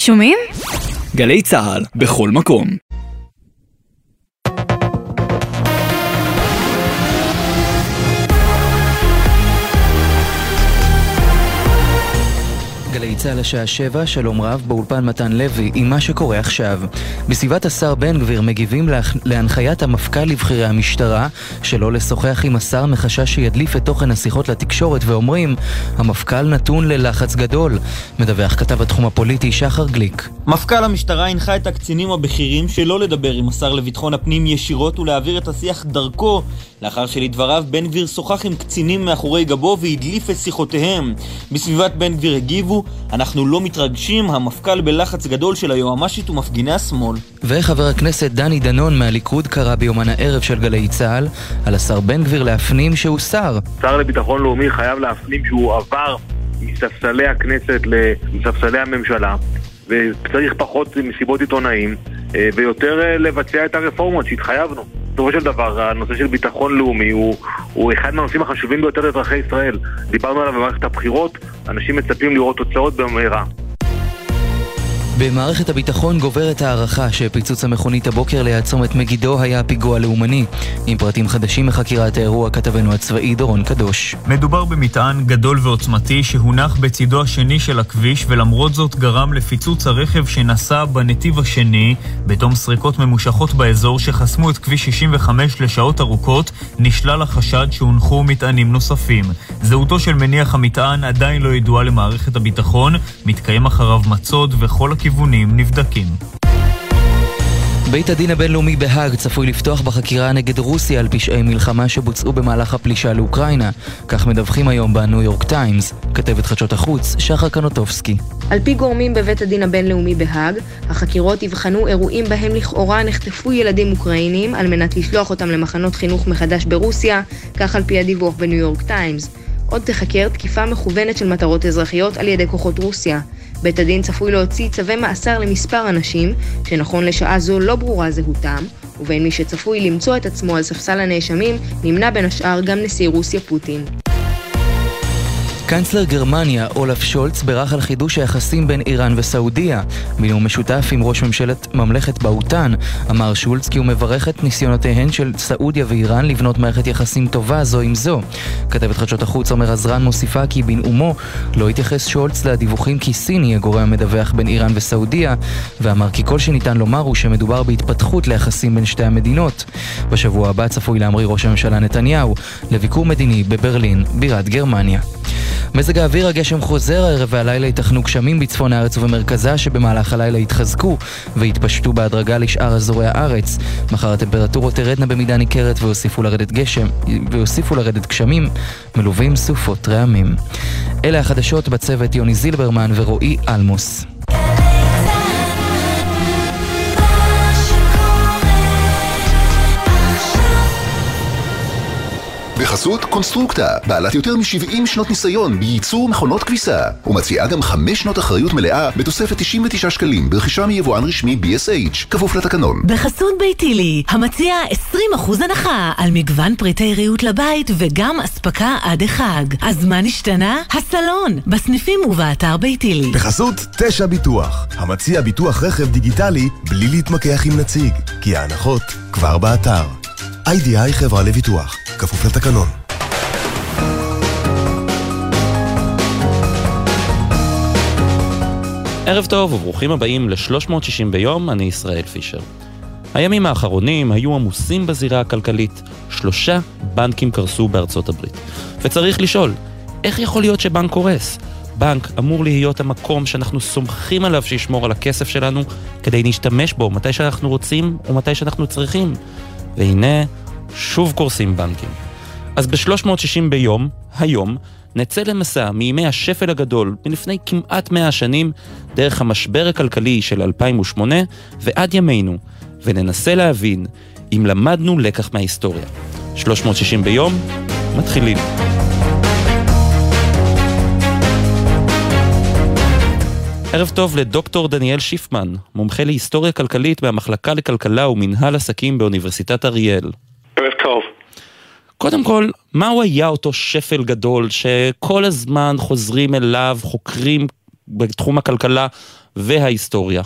שומעים? גלי צהל, בכל מקום. גלי צהל השעה 7, שלום רב, באולפן מתן לוי, עם מה שקורה עכשיו. בסביבת השר בן גביר מגיבים להנחיית המפכ"ל לבחירי המשטרה שלא לשוחח עם השר מחשש שידליף את תוכן השיחות לתקשורת, ואומרים, המפכ"ל נתון ללחץ גדול. מדווח כתב התחום הפוליטי שחר גליק. מפכ"ל המשטרה הנחה את הקצינים הבכירים שלא לדבר עם השר לביטחון הפנים ישירות ולהעביר את השיח דרכו, לאחר שלדבריו בן גביר שוחח עם קצינים מאחורי גבו והדליף את שיחותיהם. בסביבת בן גביר הגיבו, אנחנו לא מתרגשים, המפכ"ל בלחץ גדול של היועמ"שית ומפגיני השמאל. וחבר הכנסת דני דנון מהליכוד קרא ביומן הערב של גלי צהל על השר בן גביר להפנים שהוא שר. שר לביטחון לאומי חייב להפנים שהוא עבר מספסלי הכנסת לספסלי הממשלה, וצריך פחות מסיבות עיתונאים ויותר לבצע את הרפורמות שהתחייבנו. בסופו של דבר, הנושא של ביטחון לאומי הוא אחד מהנושאים החשובים ביותר לאזרחי ישראל. דיברנו עליו במערכת הבחירות, אנשים מצפים לראות תוצאות במהרה. במערכת הביטחון גוברת הערכה שפיצוץ המכונית הבוקר ליד צומת מגידו היה פיגוע לאומני. עם פרטים חדשים מחקירת האירוע כתבנו הצבאי דורון קדוש. מדובר במטען גדול ועוצמתי שהונח בצידו השני של הכביש, ולמרות זאת גרם לפיצוץ הרכב שנסע בנתיב השני. בתום סריקות ממושכות באזור שחסמו את כביש 65 לשעות ארוכות, נשלל החשד שהונחו מטענים נוספים. זהותו של מניח המטען עדיין לא ידועה למערכת הביטחון, מתקיים אחריו מצוד וכל הכיוונים נבדקים. בית הדין הבינלאומי בהאג צפוי לפתוח בחקירה נגד רוסיה על פשעי מלחמה שבוצעו במהלך הפלישה לאוקראינה. כך מדווחים היום בניו יורק טיימס. כתבת חדשות החוץ שחר קנוטובסקי. על פי גורמים בבית הדין הבינלאומי בהאג, החקירות יבחנו אירועים בהם לכאורה נחטפו ילדים אוקראינים על מנת לשלוח אותם למחנות חינוך מחדש ברוסיה, כך על פי הדיווח בניו יורק טיימס. עוד תחקר תקיפה מכוונת של מטרות אזרחיות על ידי כוחות רוסיה. בית הדין צפוי להוציא צווי מאסר למספר אנשים, שנכון לשעה זו לא ברורה זהותם, ובין מי שצפוי למצוא את עצמו על ספסל הנאשמים, נמנה בין השאר גם נשיא רוסיה פוטין. קנצלר גרמניה אולף שולץ ברח על חידוש היחסים בין איראן וסעודיה. בנאום משותף עם ראש ממשלת ממלכת באוטן, אמר שולץ כי הוא מברך את ניסיונותיהן של סעודיה ואיראן לבנות מערכת יחסים טובה זו עם זו. כתבת חדשות החוץ עומר עזרן מוסיפה כי בנאומו לא התייחס שולץ לדיווחים כי סין היא הגורם המדווח בין איראן וסעודיה, ואמר כי כל שניתן לומר הוא שמדובר בהתפתחות ליחסים בין שתי המדינות. בשבוע הבא צפוי להמריא ראש הממשלה נתניהו לביקור מדיני בברלין, בירת גרמניה. מזג האוויר, הגשם חוזר הערב והלילה, ייתכנו גשמים בצפון הארץ ובמרכזה שבמהלך הלילה יתחזקו והתפשטו בהדרגה לשאר אזורי הארץ. מחר הטמפרטורות תרדנה במידה ניכרת ויוסיפו לרדת גשמים מלווים סופות רעמים. אלה החדשות, בצוות יוני זילברמן ורועי אלמוס. בחסות קונסטרוקטה, בעלת יותר מ-70 שנות ניסיון בייצור מכונות כביסה, ומציעה גם 5 שנות אחריות מלאה בתוספת 99 שקלים ברכישה מיבואן רשמי BSH, כפוף לתקנון. בחסות ביתילי, המציע 20% הנחה על מגוון פריטי ריהוט לבית וגם אספקה עד החג. אז מה נשתנה? הסלון, בסניפים ובאתר ביתילי. בחסות 9 ביטוח, המציע ביטוח רכב דיגיטלי בלי להתמקח עם נציג, כי ההנחות כבר באתר. IDI חברה לביטוח, כפוף לתקנון. ערב טוב וברוכים הבאים ל-360 ביום, אני ישראל פישר. הימים האחרונים היו עמוסים בזירה הכלכלית. 3 בנקים קרסו בארצות הברית. וצריך לשאול, איך יכול להיות שבנק קורס? בנק אמור להיות המקום שאנחנו סומכים עליו שישמור על הכסף שלנו כדי להשתמש בו מתי שאנחנו רוצים ומתי שאנחנו צריכים. והנה, שוב קורסים בנקים. אז ב-360 ביום, היום, נצא למסע מימי השפל הגדול מלפני כמעט 100 שנים, דרך המשבר הכלכלי של 2008 ועד ימינו, וננסה להבין אם למדנו לקח מההיסטוריה. 360 ביום, מתחילים. ערב טוב לדוקטור דניאל שיפמן, מומחה להיסטוריה כלכלית מהמחלקה לכלכלה ומנהל עסקים באוניברסיטת אריאל. ערב טוב. קודם כל, מהו היה אותו שפל גדול שכל הזמן חוזרים אליו חוקרים בתחום הכלכלה וההיסטוריה.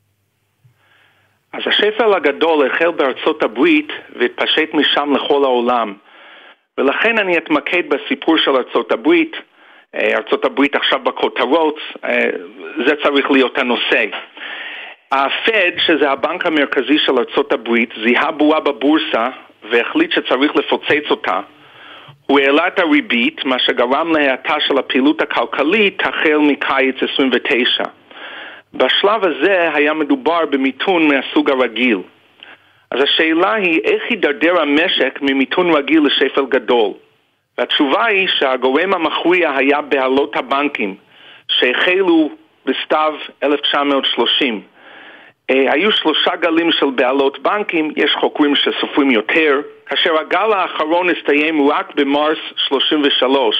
אז השפל הגדול החל בארצות הברית והתפשט משם לכל העולם. ולכן אני אתמקד בסיפור של ארצות הברית. ארצות הברית עכשיו בכותרות, זה צריך להיות הנושא. הפד, שזה הבנק המרכזי של ארצות הברית, זיהה בועה בבורסה והחליט שצריך לפוצץ אותה. הוא העלה את הריבית, מה שגרם להאטה של הפעילות הכלכלית החל מקיץ 29. בשלב הזה היה מדובר במיתון מהסוג הרגיל. אז השאלה היא איך הידרדר המשק ממיתון רגיל לשפל גדול. והתשובה היא שהגורם המכריע היה בעלות הבנקים, שהחלו בסתיו 1930. היו 3 גלים של בעלות בנקים, יש חוקרים שסופרים יותר, כאשר הגל האחרון הסתיים רק במרס 33.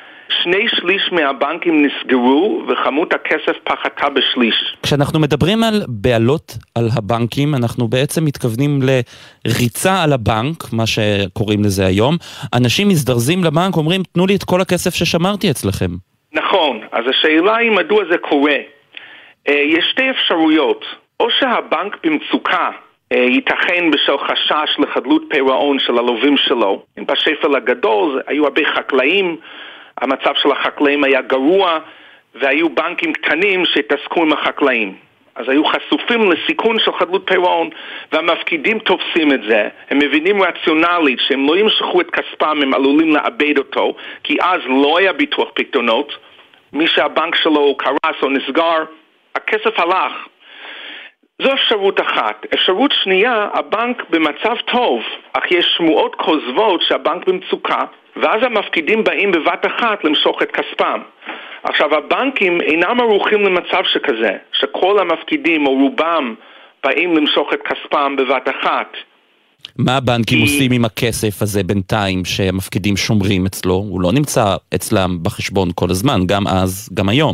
2/3 מהבנקים נסגרו וכמות הכסף פחתה בשליש. כשאנחנו מדברים על בעלות על הבנקים, אנחנו בעצם מתכוונים לריצה על הבנק, מה שקוראים לזה היום. אנשים מזדרזים לבנק, אומרים, תנו לי את כל הכסף ששמרתי אצלכם. נכון, אז השאלה היא מדוע זה קורה. יש 2 אפשרויות. או שהבנק במצוקה, ייתכן בשל חשש לחדלות פירעון של הלווים שלו. בשפל הגדול היו הרבה חקלאים, המצב של החקלאים היה גרוע, והיו בנקים קטנים שהתעסקו עם החקלאים. אז היו חשופים לסיכון של חדלות פירעון, והמפקידים תופסים את זה. הם מבינים רציונלית שהם לא ימשכו את כספם, הם עלולים לאבד אותו, כי אז לא היה ביטוח פקדונות. מי שהבנק שלו קרס או נסגר, הכסף הלך. זו אפשרות אחת. אפשרות שנייה, הבנק במצב טוב, אך יש שמועות כוזבות שהבנק במצוקה, ואז המפקידים באים בבת אחת למשוך את כספם. עכשיו, הבנקים אינם ערוכים למצב שכזה, שכל המפקידים או רובם באים למשוך את כספם בבת אחת. מה הבנקים עושים עם הכסף הזה בינתיים שהמפקידים שומרים אצלו? הוא לא נמצא אצלם בחשבון כל הזמן, גם אז, גם היום.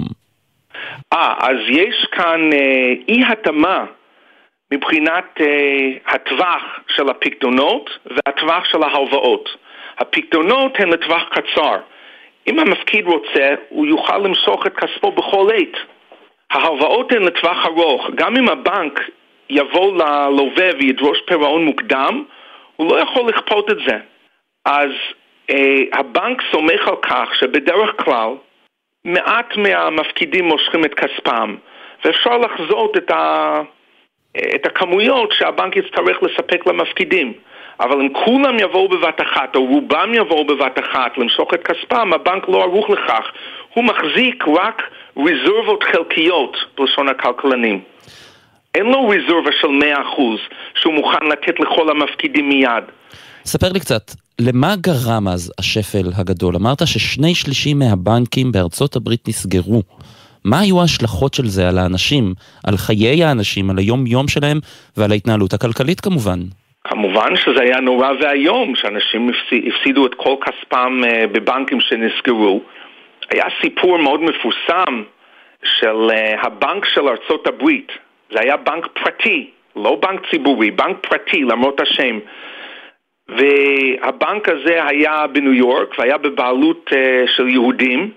אז יש כאן אי-התאמה מבחינת הטווח של הפקדונות והטווח של ההלוואות. הפקדונות הן לטווח קצר. אם המפקיד רוצה, הוא יוכל למשוך את כספו בכל עת. ההלוואות הן לטווח ארוך. גם אם הבנק יבוא ללווה וידרוש פירעון מוקדם, הוא לא יכול לכפות את זה. אז הבנק סומך על כך שבדרך כלל מעט מהמפקידים מושכים את כספם, ואפשר לחזות את הכמויות שהבנק יצטרך לספק למפקידים. אבל אם כולם יבואו בבת אחת, או רובם יבואו בבת אחת למשוך את כספם, הבנק לא ערוך לכך. הוא מחזיק רק רזרבות חלקיות, בלשון הכלכלנים. אין לו רזרבה של 100% שהוא מוכן לתת לכל המפקידים מיד. ספר לי קצת, למה גרם אז השפל הגדול? אמרת ש2/3 מהבנקים בארצות הברית נסגרו. מה היו ההשלכות של זה על האנשים, על חיי האנשים, על היום-יום שלהם ועל ההתנהלות הכלכלית כמובן? כמובן שזה היה נורא והיום, שאנשים הפסידו את כל כספם בבנקים שנסגרו. היה סיפור מאוד מפורסם של הבנק של ארצות הברית. זה היה בנק פרטי, לא בנק ציבורי, בנק פרטי למרות השם. והבנק הזה היה בניו יורק והיה בבעלות של יהודים,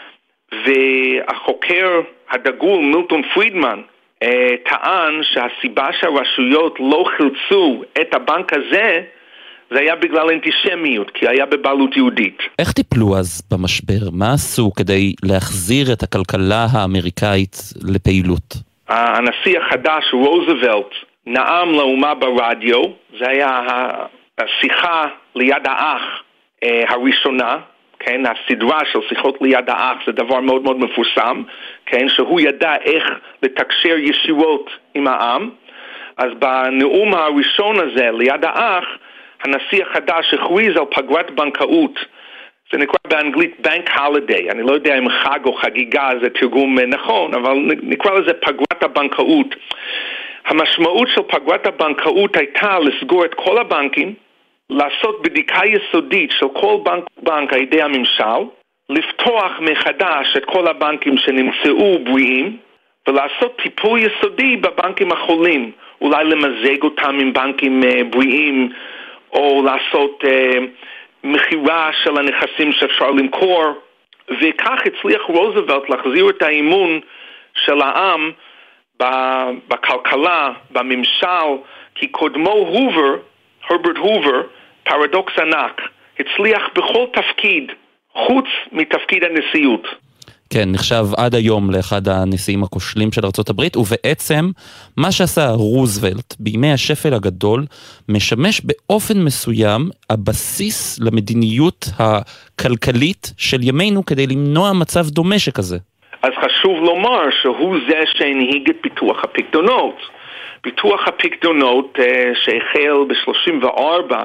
והחוקר הדגול מילטון פרידמן טען שהסיבה שהרשויות לא חילצו את הבנק הזה זה היה בגלל אנטישמיות, כי היה בבעלות יהודית. איך טיפלו אז במשבר? מה עשו כדי להחזיר את הכלכלה האמריקאית לפעילות? הנשיא החדש רוזוולט נאם לאומה ברדיו, זה היה השיחה ליד האח הראשונה, כן, הסדרה של שיחות ליד האח זה דבר מאוד מאוד מפורסם, כן, שהוא ידע איך לתקשר ישירות עם העם. אז בנאום הראשון הזה ליד האח, הנשיא החדש הכריז על פגרת בנקאות. זה נקרא באנגלית בנק הולידיי, אני לא יודע אם חג או חגיגה זה תרגום נכון, אבל נקרא לזה פגרת הבנקאות. המשמעות של פגרת הבנקאות הייתה לסגור את כל הבנקים, לעשות בדיקה יסודית של כל בנק על ידי הממשל, לפתוח מחדש את כל הבנקים שנמצאו בריאים, ולעשות טיפול יסודי בבנקים החולים, אולי למזג אותם עם בנקים בריאים, או לעשות מחירה של הנכסים שאפשר למכור, וכך הצליח רוזוולט להחזיר את האמון של העם בכלכלה, בממשל, כי קודמו הרברט הובר, פרדוקס ענק, הצליח בכל תפקיד, חוץ מתפקיד הנשיאות. כן, נחשב עד היום לאחד הנשיאים הכושלים של ארצות הברית, ובעצם מה שעשה רוזוולט בימי השפל הגדול, משמש באופן מסוים הבסיס למדיניות הכלכלית של ימינו כדי למנוע מצב דומה שכזה. אז חשוב לומר שהוא זה שהנהיג את פיתוח הפיקדונות. פיתוח הפיקדונות שהחל ב-34,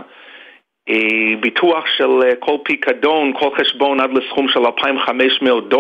ביטוח של כל פיקדון, כל חשבון עד לסכום של $2,500.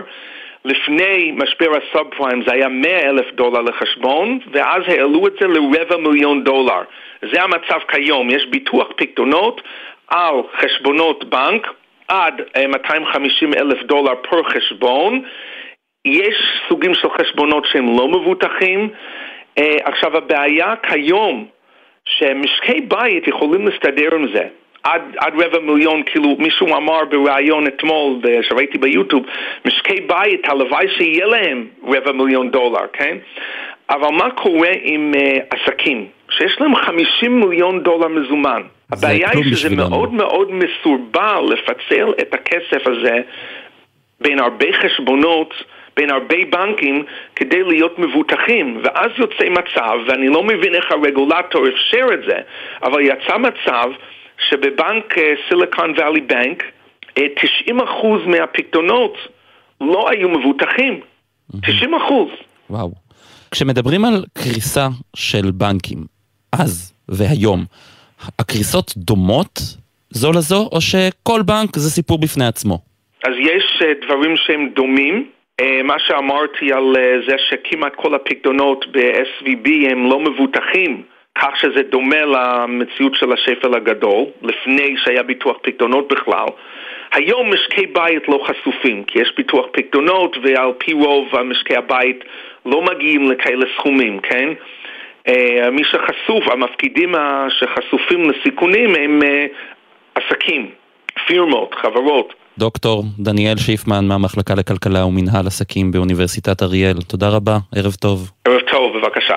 לפני משבר הסאב פריים זה היה $100,000 לחשבון, ואז העלו את זה $250,000. זה המצב כיום, יש ביטוח פיקדונות על חשבונות בנק עד $250,000 פר חשבון. יש סוגים של חשבונות שהם לא מבוטחים. עכשיו הבעיה כיום שמשקי בית יכולים להסתדר עם זה עד $250,000, כאילו מישהו אמר בראיון אתמול שראיתי ביוטיוב, משקי בית הלוואי שיהיה להם $250,000, כן? אבל מה קורה עם עסקים שיש להם $50 מיליון מזומן? הבעיה היא שזה מאוד מאוד מסורבל לפצל את הכסף הזה בין הרבה חשבונות, בין הרבה בנקים, כדי להיות מבוטחים, ואז יוצא מצב, ואני לא מבין איך הרגולטור אפשר את זה, אבל יצא מצב שבבנק סיליקון ואלי בנק 90% מהפיקדונות לא היו מבוטחים. 90%. וואו. כשמדברים על קריסה של בנקים, אז והיום, הקריסות דומות זו לזו, או שכל בנק זה סיפור בפני עצמו? אז יש דברים שהם דומים. מה שאמרתי על זה שכמעט כל הפיקדונות ב-SVB הם לא מבוטחים, כך שזה דומה למציאות של השפל הגדול, לפני שהיה ביטוח פיקדונות בכלל. היום משקי בית לא חשופים, כי יש ביטוח פיקדונות, ועל פי רוב משקי הבית לא מגיעים לכאלה סכומים, כן? מי שחשוף, המפקידים שחשופים לסיכונים הם עסקים, פירמות, חברות. דוקטור דניאל שיפמן מהמחלקה לכלכלה ומנהל עסקים באוניברסיטת אריאל. תודה רבה, ערב טוב. ערב טוב, בבקשה.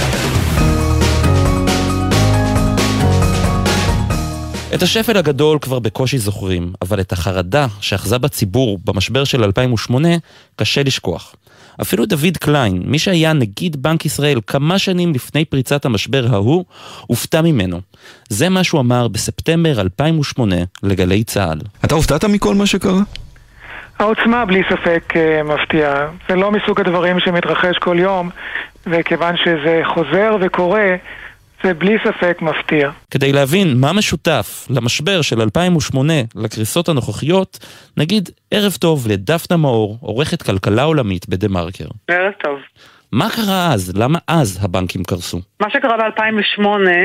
את השפל הגדול כבר בקושי זוכרים, אבל את החרדה שאחזה בציבור במשבר של 2008 קשה לשכוח. אפילו דוד קליין, מי שהיה נגיד בנק ישראל כמה שנים לפני פריצת המשבר ההוא, הופתע ממנו. זה מה שהוא אמר בספטמבר 2008 לגלי צהל. אתה הופתעת מכל מה שקרה? העוצמה בלי ספק מפתיעה. זה לא מסוג הדברים שמתרחש כל יום, וכיוון שזה חוזר וקורה, זה בלי ספק מפתיע. כדי להבין מה משותף למשבר של 2008 לקריסות הנוכחיות, נגיד ערב טוב לדפנה מאור, עורכת כלכלה עולמית בדה-מרקר. ערב טוב. מה קרה אז? למה אז הבנקים קרסו? מה שקרה ב-2008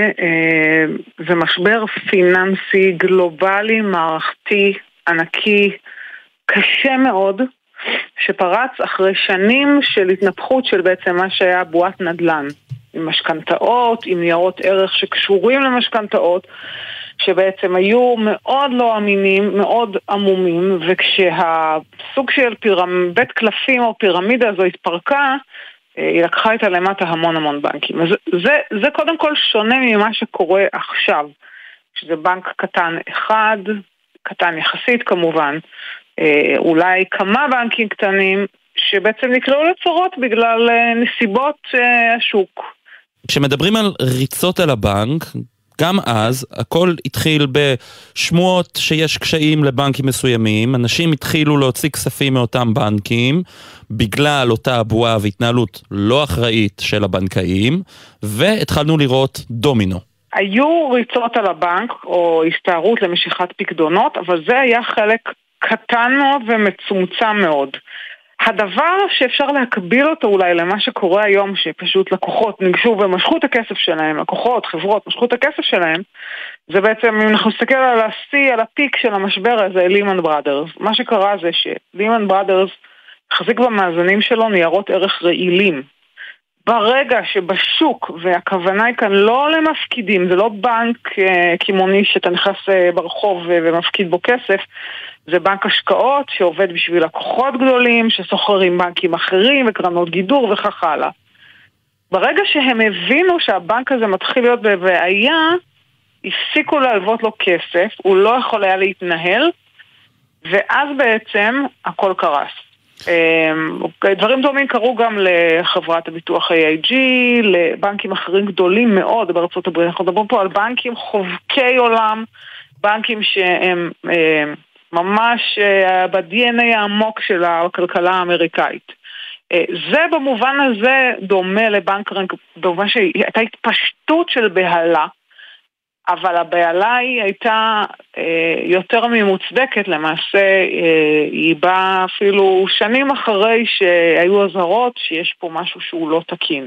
זה משבר פיננסי גלובלי, מערכתי, ענקי, קשה מאוד, שפרץ אחרי שנים של התנפחות של בעצם מה שהיה בועת נדל"ן. עם משכנתאות, עם ניירות ערך שקשורים למשכנתאות, שבעצם היו מאוד לא אמינים, מאוד עמומים, וכשהסוג של בית קלפים או פירמידה הזו התפרקה, היא לקחה איתה למטה המון בנקים. אז זה קודם כל שונה ממה שקורה עכשיו, שזה בנק קטן אחד, קטן יחסית כמובן, אולי כמה בנקים קטנים, שבעצם נקלעו לצורות בגלל נסיבות השוק. כשמדברים על ריצות על הבנק, גם אז הכל התחיל בשמועות שיש קשיים לבנקים מסוימים, אנשים התחילו להוציא כספים מאותם בנקים, בגלל אותה הבועה והתנהלות לא אחראית של הבנקאים, והתחלנו לראות דומינו. היו ריצות על הבנק או הסתערות למשיכת פקדונות, אבל זה היה חלק קטן מאוד ומצומצם מאוד. הדבר שאפשר להקביל אותו אולי למה שקורה היום, שפשוט לקוחות ניגשו ומשכו את הכסף שלהם, לקוחות, חברות, משכו את הכסף שלהם, זה בעצם, אם אנחנו נסתכל על השיא, על הפיק של המשבר הזה, לימן בראדרס. מה שקרה זה שלימן בראדרס החזיק במאזנים שלו ניירות ערך רעילים. ברגע שבשוק, והכוונה היא כאן לא למפקידים, זה לא בנק כימוני שאתה נכנס ברחוב ומפקיד בו כסף, זה בנק השקעות שעובד בשביל לקוחות גדולים, שסוחרים בנקים אחרים וקרנות גידור וכך הלאה. ברגע שהם הבינו שהבנק הזה מתחיל להיות בבעיה, הפסיקו להלוות לו כסף, הוא לא יכול היה להתנהל, ואז בעצם הכל קרס. דברים דומים קרו גם לחברת הביטוח AIG, לבנקים אחרים גדולים מאוד בארצות הברית. אנחנו מדברים פה על בנקים חובקי עולם, בנקים שהם ממש ב-DNA העמוק של הכלכלה האמריקאית. זה במובן הזה דומה לבנק רנק, דומה שהייתה התפשטות של בהלה, אבל הבעלה היא הייתה יותר ממוצדקת, למעשה היא באה אפילו שנים אחרי שהיו הזהרות שיש פה משהו שהוא לא תקין.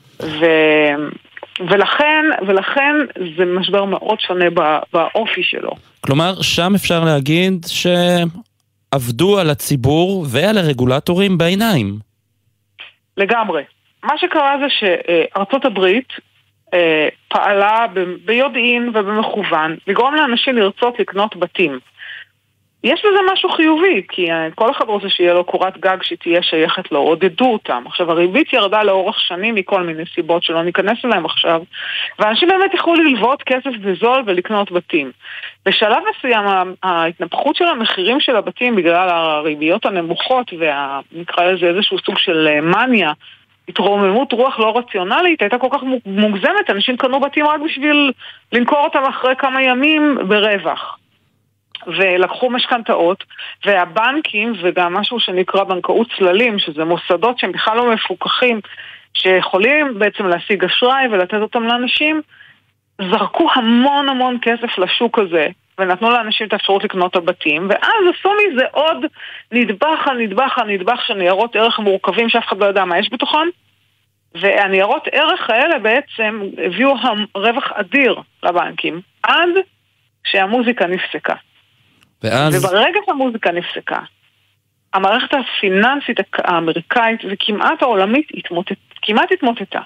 ולכן זה משבר מאוד שונה באופי שלו. כלומר, שם אפשר להגיד שעבדו על הציבור ועל הרגולטורים בעיניים. לגמרי. מה שקרה זה שארצות הברית פעלה ביודעין ובמכוון לגרום לאנשים לרצות לקנות בתים. יש לזה משהו חיובי, כי כל אחד רוצה שיהיה לו קורת גג שתהיה שייכת לו, עודדו אותם. עכשיו, הריבית ירדה לאורך שנים מכל מיני סיבות שלא ניכנס אליהם עכשיו, ואנשים באמת יכולו ללוות כסף בזול ולקנות בתים. בשלב מסוים, ההתנפחות של המחירים של הבתים בגלל הריביות הנמוכות, ונקרא לזה איזשהו סוג של מניה, התרוממות רוח לא רציונלית, הייתה כל כך מוגזמת, אנשים קנו בתים רק בשביל למכור אותם אחרי כמה ימים ברווח. ולקחו משכנתאות, והבנקים, וגם משהו שנקרא בנקאות צללים, שזה מוסדות שהם בכלל לא מפוקחים, שיכולים בעצם להשיג אשראי ולתת אותם לאנשים, זרקו המון המון כסף לשוק הזה, ונתנו לאנשים את האפשרות לקנות את הבתים, ואז עשו מזה עוד נדבך על נדבך על נדבך של ניירות ערך מורכבים שאף אחד לא יודע מה יש בתוכם, והניירות ערך האלה בעצם הביאו רווח אדיר לבנקים, עד שהמוזיקה נפסקה. וברגע שהמוזיקה נפסקה, המערכת הפיננסית האמריקאית וכמעט העולמית כמעט התמוטטה.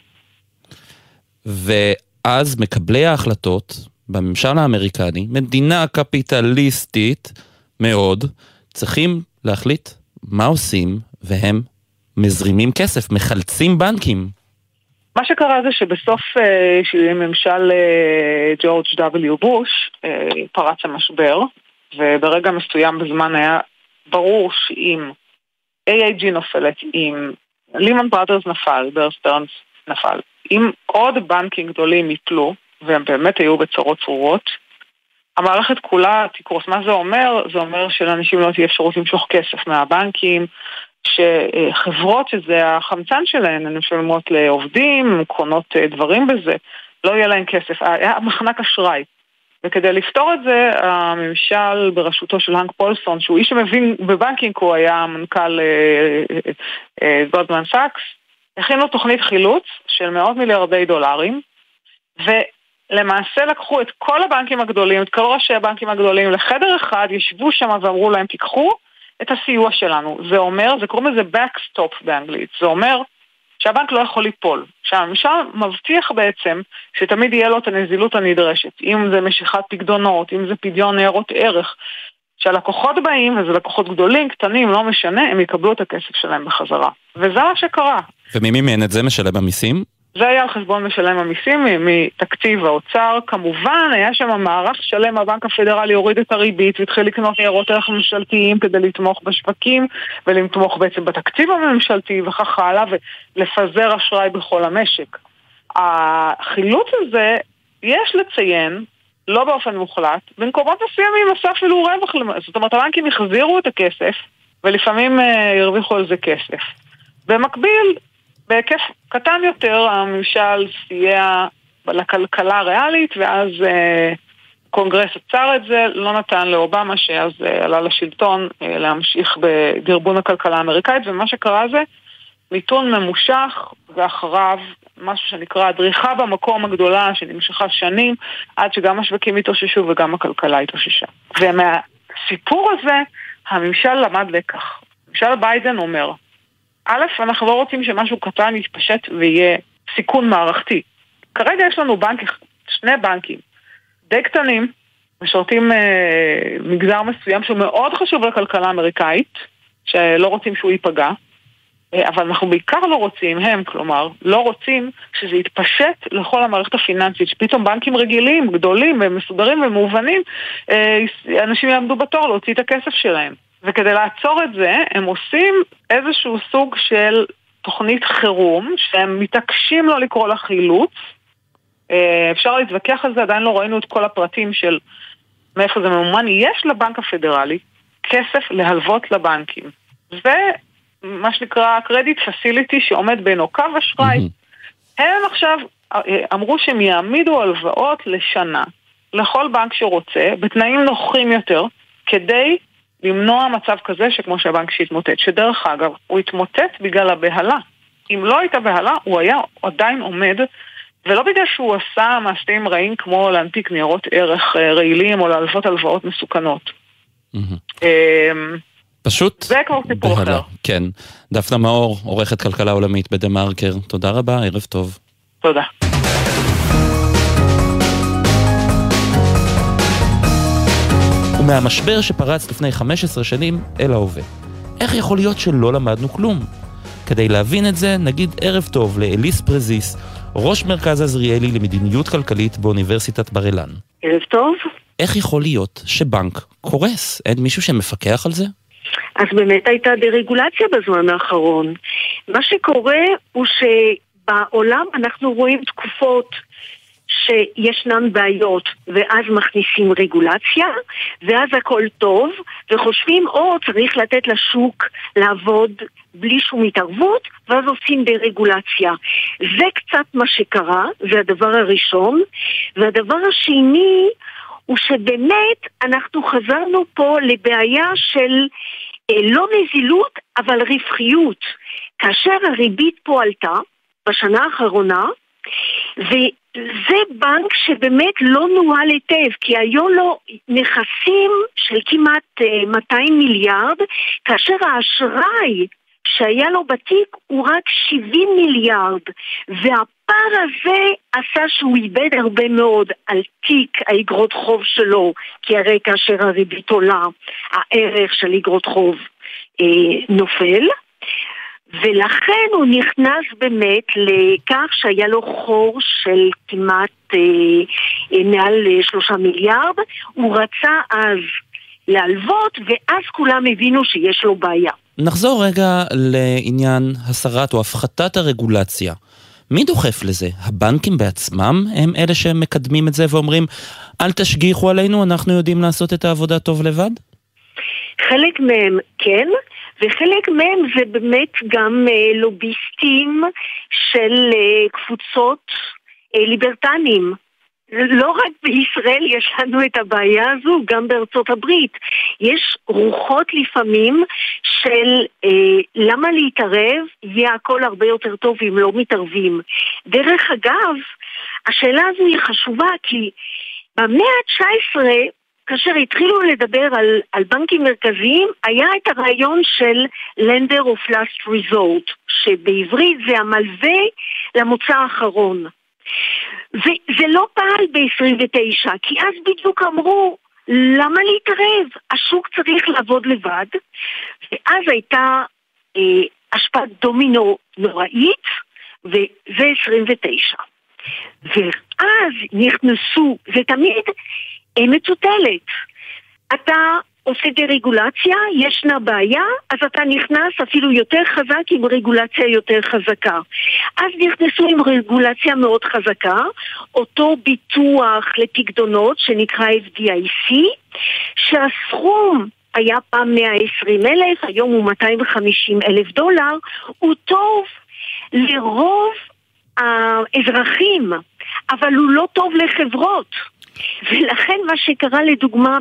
ואז מקבלי ההחלטות בממשל האמריקני, מדינה קפיטליסטית מאוד, צריכים להחליט מה עושים, והם מזרימים כסף, מחלצים בנקים. מה שקרה זה שבסוף ממשל ג'ורג' W. בוש פרץ המשבר, וברגע מסוים בזמן היה ברור שאם AIG נופלת, אם לימן בראדרס נפל, בר סטרנס נפל, אם עוד בנקים גדולים יפלו, והם באמת היו בצרות צרורות, המערכת כולה תקרוס. מה זה אומר? זה אומר שלאנשים לא תהיה אפשרות למשוך כסף מהבנקים, שחברות שזה החמצן שלהן, הן משלמות לעובדים, קונות דברים בזה, לא יהיה להן כסף. היה מחנק אשראי. וכדי לפתור את זה, הממשל בראשותו של הנק פולסון, שהוא איש שמבין בבנקינג, הוא היה מנכ"ל גולדמן סאקס, הכינו תוכנית חילוץ של $100 מיליארד, ולמעשה לקחו את כל הבנקים הגדולים, את כל ראשי הבנקים הגדולים לחדר אחד, ישבו שם ואמרו להם, תיקחו את הסיוע שלנו. זה אומר, זה קוראים לזה backstop באנגלית, זה אומר שהבנק לא יכול ליפול. שהממשל מבטיח בעצם שתמיד יהיה לו את הנזילות הנדרשת, אם זה משיכת פקדונות, אם זה פדיון ניירות ערך, שהלקוחות באים, וזה לקוחות גדולים, קטנים, לא משנה, הם יקבלו את הכסף שלהם בחזרה. וזה מה שקרה. ומי מעין את זה משלם המיסים? זה היה על חשבון משלם המיסים מתקציב האוצר. כמובן, היה שם מערך שלם, הבנק הפדרלי הוריד את הריבית, והתחיל לקנות ניירות ערך ממשלתיים כדי לתמוך בשווקים, ולתמוך בעצם בתקציב הממשלתי וכך הלאה, ולפזר אשראי בכל המשק. החילוץ הזה, יש לציין, לא באופן מוחלט, במקומות מסוימים עשה אפילו רווח. זאת אומרת, הבנקים החזירו את הכסף, ולפעמים הרוויחו על זה כסף. במקביל, בהיקף קטן יותר, הממשל סייע לכלכלה הריאלית, ואז קונגרס עצר את זה, לא נתן לאובמה, שאז עלה לשלטון, להמשיך בדרבון הכלכלה האמריקאית, ומה שקרה זה מיתון ממושך, ואחריו משהו שנקרא הדריכה במקום הגדולה, שנמשכה שנים, עד שגם השווקים התאוששו וגם הכלכלה התאוששה. ומהסיפור הזה, הממשל למד לקח. ממשל ביידן אומר, א', אנחנו לא רוצים שמשהו קטן יתפשט ויהיה סיכון מערכתי. כרגע יש לנו שני בנקים די קטנים, משרתים מגזר מסוים שהוא מאוד חשוב לכלכלה האמריקאית, שלא רוצים שהוא ייפגע, אבל אנחנו בעיקר לא רוצים, כלומר, לא רוצים שזה יתפשט לכל המערכת הפיננסית, שפתאום בנקים רגילים, גדולים ומסודרים ומובנים, אנשים יעמדו בתור להוציא את הכסף שלהם. וכדי לעצור את זה, הם עושים איזשהו סוג של תוכנית חירום, שהם מתעקשים לא לקרוא לה חילוץ. אפשר להתווכח על זה, עדיין לא ראינו את כל הפרטים של מאיפה זה ממומן. יש לבנק הפדרלי כסף להלוות לבנקים. זה מה שנקרא קרדיט פסיליטי שעומד בינו קו אשראי. הם עכשיו אמרו שהם יעמידו הלוואות לשנה לכל בנק שרוצה, בתנאים נוחים יותר, כדי למנוע מצב כזה שכמו שהבנק שהתמוטט, שדרך אגב, הוא התמוטט בגלל הבהלה. אם לא הייתה בהלה, הוא היה עדיין עומד, ולא בגלל שהוא עשה מעשים רעים כמו להנפיק ניירות ערך רעילים או להלוות הלוואות מסוכנות. פשוט זה כבר סיפור אחר. כן. דפנה מאור, עורכת כלכלה עולמית בדה-מרקר. תודה רבה, ערב טוב. תודה. ומהמשבר שפרץ לפני 15 שנים אל ההווה. איך יכול להיות שלא למדנו כלום? כדי להבין את זה, נגיד ערב טוב לאליס פרזיס, ראש מרכז עזריאלי למדיניות כלכלית באוניברסיטת בר אילן. ערב טוב. איך יכול להיות שבנק קורס? אין מישהו שמפקח על זה? אז באמת הייתה דרגולציה בזמן האחרון. מה שקורה הוא שבעולם אנחנו רואים תקופות שישנן בעיות, ואז מכניסים רגולציה, ואז הכל טוב, וחושבים, צריך לתת לשוק לעבוד בלי שום התערבות, ואז עושים דרגולציה. זה קצת מה שקרה, זה הדבר הראשון, והדבר השני, הוא שבאמת אנחנו חזרנו פה לבעיה של לא נזילות, אבל רווחיות. כאשר הריבית פה עלתה, בשנה האחרונה, וזה בנק שבאמת לא נוהל היטב, כי היו לו נכסים של כמעט 200 מיליארד, כאשר האשראי שהיה לו בתיק הוא רק 70 מיליארד, והפער הזה עשה שהוא איבד הרבה מאוד על תיק האגרות חוב שלו, כי הרי כאשר הריבית עולה, הערך של אגרות חוב נופל, ולכן הוא נכנס באמת לכך שהיה לו חור של כמעט מעל 3 מיליארד, הוא רצה אז להלוות, ואז כולם הבינו שיש לו בעיה. נחזור רגע לעניין הסרת או הפחתת הרגולציה. מי דוחף לזה? הבנקים בעצמם הם אלה שמקדמים את זה ואומרים, אל תשגיחו עלינו, אנחנו יודעים לעשות את העבודה טוב לבד? חלק מהם כן, וחלק מהם זה באמת גם לוביסטים של קבוצות ליברטנים. לא רק בישראל יש לנו את הבעיה הזו, גם בארצות הברית. יש רוחות לפעמים של למה להתערב, יהיה הכל הרבה יותר טוב אם לא מתערבים. דרך אגב, השאלה הזו היא חשובה כי במאה ה-19, כאשר התחילו לדבר על בנקים מרכזיים, היה את הרעיון של lender of last resort, שבעברית זה המלווה למוצא האחרון. וזה לא פעל ב-29, כי אז בדיוק אמרו, למה להתערב? השוק צריך לעבוד לבד, ואז הייתה השפעת דומינו נוראית, וזה 29. ואז נכנסו, זה תמיד מצוטלת. אתה עושה דרגולציה, ישנה בעיה, אז אתה נכנס אפילו יותר חזק עם רגולציה יותר חזקה. אז נכנסו עם רגולציה מאוד חזקה, אותו ביטוח לפקדונות שנקרא FDIC, שהסכום היה פעם 120,000, היום הוא 250,000 דולר, הוא טוב לרוב האזרחים, אבל הוא לא טוב לחברות. ולכן מה שקרה לדוגמה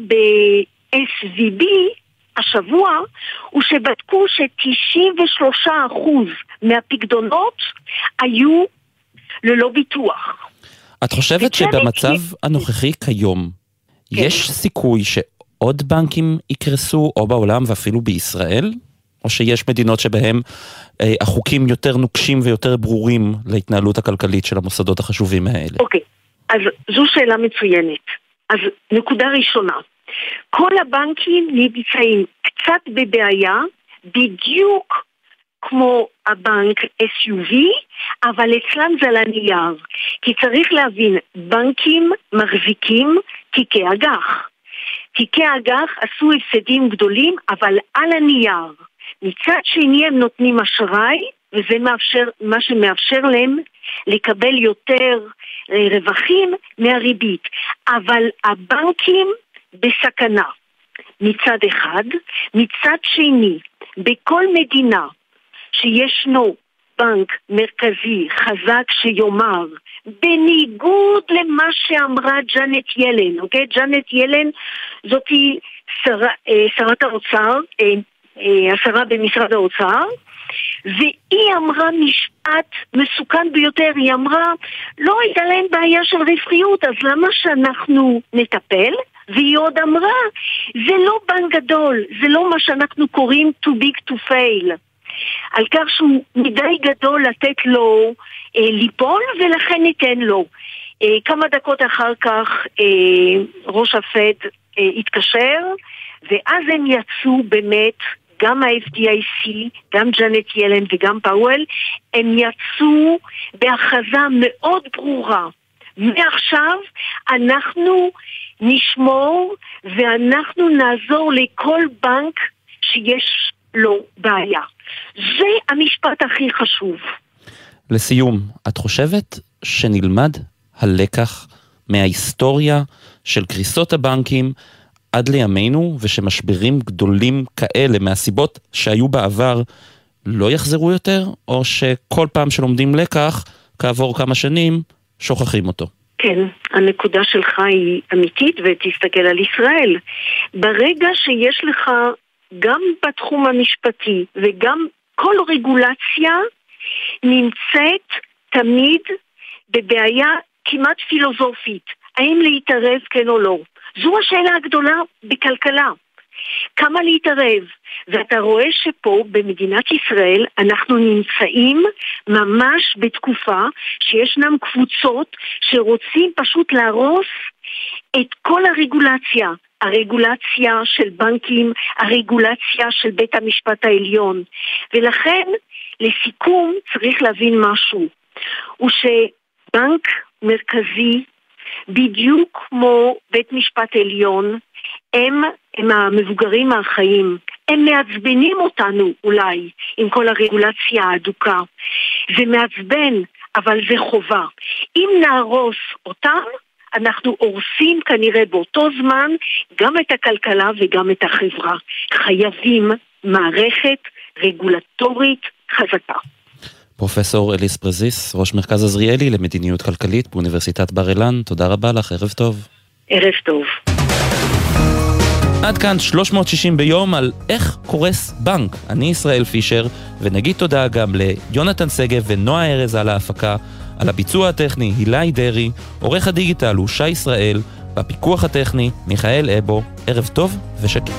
ב-SVB השבוע הוא שבדקו ש93% מהפקדונות היו ללא ביטוח. את חושבת שבמצב הנוכחי כיום יש סיכוי שעוד בנקים יקרסו או בעולם ואפילו בישראל? או שיש מדינות שבהם החוקים יותר נוקשים ויותר ברורים להתנהלות הכלכלית של המוסדות החשובים האלה? אוקיי. אז זו שאלה מצוינת. אז נקודה ראשונה, כל הבנקים נמצאים קצת בבעיה, בדיוק כמו הבנק SUV, אבל אצלם זה על הנייר. כי צריך להבין, בנקים מחזיקים תיקי אג"ח. תיקי אג"ח עשו הפסדים גדולים, אבל על הנייר. מצד שני הם נותנים אשראי, וזה מה שמאפשר להם לקבל יותר רווחים מהריבית. אבל הבנקים בסכנה. מצד אחד, מצד שני, בכל מדינה שישנו בנק מרכזי חזק שיומר, בניגוד למה שאמרה ג'אנט ילן, אוקיי? ג'אנט ילן זאתי שרת האוצר, השרה במשרד האוצר, והיא אמרה משפט מסוכן ביותר, היא אמרה, לא הייתה להם בעיה של רווחיות, אז למה שאנחנו נטפל? והיא עוד אמרה, זה לא בנק גדול, זה לא מה שאנחנו קוראים too big to fail. על כך שהוא מדי גדול לתת לו ליפול, ולכן ניתן לו. כמה דקות אחר כך ראש הפד התקשר, ואז הם יצאו באמת, גם ה-FDIC, גם ג'אנט ילן וגם פאוול, הם יצאו בהכרזה מאוד ברורה. מעכשיו אנחנו נשמור ואנחנו נעזור לכל בנק שיש לו בעיה. זה המשפט הכי חשוב. לסיום, את חושבת שנלמד הלקח מההיסטוריה של קריסות הבנקים עד לימינו, ושמשברים גדולים כאלה מהסיבות שהיו בעבר לא יחזרו יותר, או שכל פעם שלומדים לקח, כעבור כמה שנים, שוכחים אותו? כן, הנקודה שלך היא אמיתית, ותסתכל על ישראל. ברגע שיש לך גם בתחום המשפטי וגם כל רגולציה נמצאת תמיד בבעיה כמעט פילוסופית. האם להתערב כן או לא? זו השאלה הגדולה בכלכלה. כמה להתערב? ואתה רואה שפה במדינת ישראל אנחנו נמצאים ממש בתקופה שישנם קבוצות שרוצים פשוט להרוס את כל הרגולציה. הרגולציה של בנקים, הרגולציה של בית המשפט העליון. ולכן, לסיכום, צריך להבין משהו. הוא שבנק מרכזי, בדיוק כמו בית משפט עליון, הם המבוגרים החיים. הם מעצבנים אותנו אולי עם כל הרגולציה האדוקה. זה מעצבן, אבל זה חובה. אם נהרוס אותם, אנחנו הורסים כנראה באותו זמן גם את הכלכלה וגם את החברה. חייבים מערכת רגולטורית חזקה. פרופסור אליס פרזיס, ראש מרכז עזריאלי למדיניות כלכלית באוניברסיטת בר אילן, תודה רבה לך, ערב טוב. ערב טוב. עד כאן 360 ביום על איך קורס בנק. אני ישראל פישר, ונגיד תודה גם ליונתן סגב ונועה ארז על ההפקה, על הביצוע הטכני הילי דרי, עורך הדיגיטל הוא שי ישראל, בפיקוח הטכני מיכאל אבו. ערב טוב ושקט.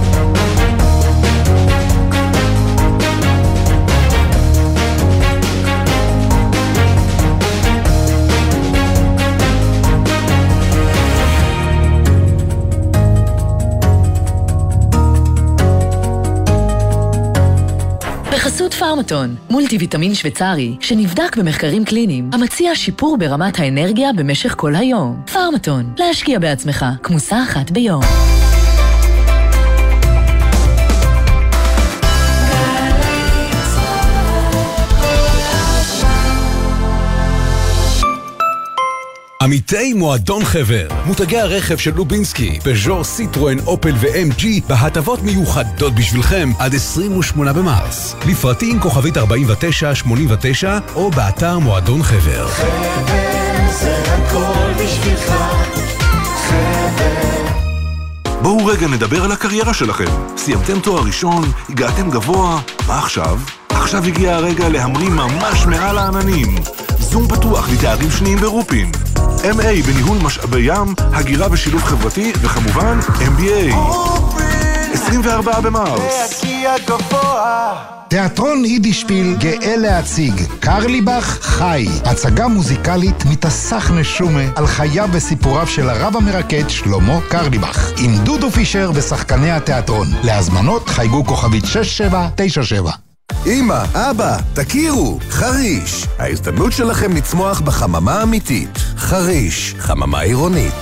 בחסות פארמטון, מולטי ויטמין שוויצרי שנבדק במחקרים קליניים, המציע שיפור ברמת האנרגיה במשך כל היום. פארמטון, להשקיע בעצמך, כמוסה אחת ביום. עמיתי מועדון חבר, מותגי הרכב של לובינסקי, פז'ור, סיטרואן, אופל ו-MG בהטבות מיוחדות בשבילכם עד 28 במרס. לפרטים כוכבית 4989 או באתר מועדון חבר. חבר זה הכל בשבילך, חבר. בואו רגע נדבר על הקריירה שלכם. סיימתם תואר ראשון, הגעתם גבוה, מה עכשיו? עכשיו הגיע הרגע להמריא ממש מעל העננים. זום פתוח לתארים שניים ברופין. MA בניהול משאבי ים, הגירה ושילוב חברתי, וכמובן MBA. 24 במרס. להגיע גבוה. תיאטרון יידישפיל גאה להציג קרליבך חי, הצגה מוזיקלית מתסך נשומה על חייו וסיפוריו של הרב המרקד שלמה קרליבך, עם דודו פישר ושחקני התיאטרון. להזמנות חייגו כוכבית 6797. אמא, אבא, תכירו, חריש. ההזדמנות שלכם לצמוח בחממה אמיתית. חריש, חממה עירונית.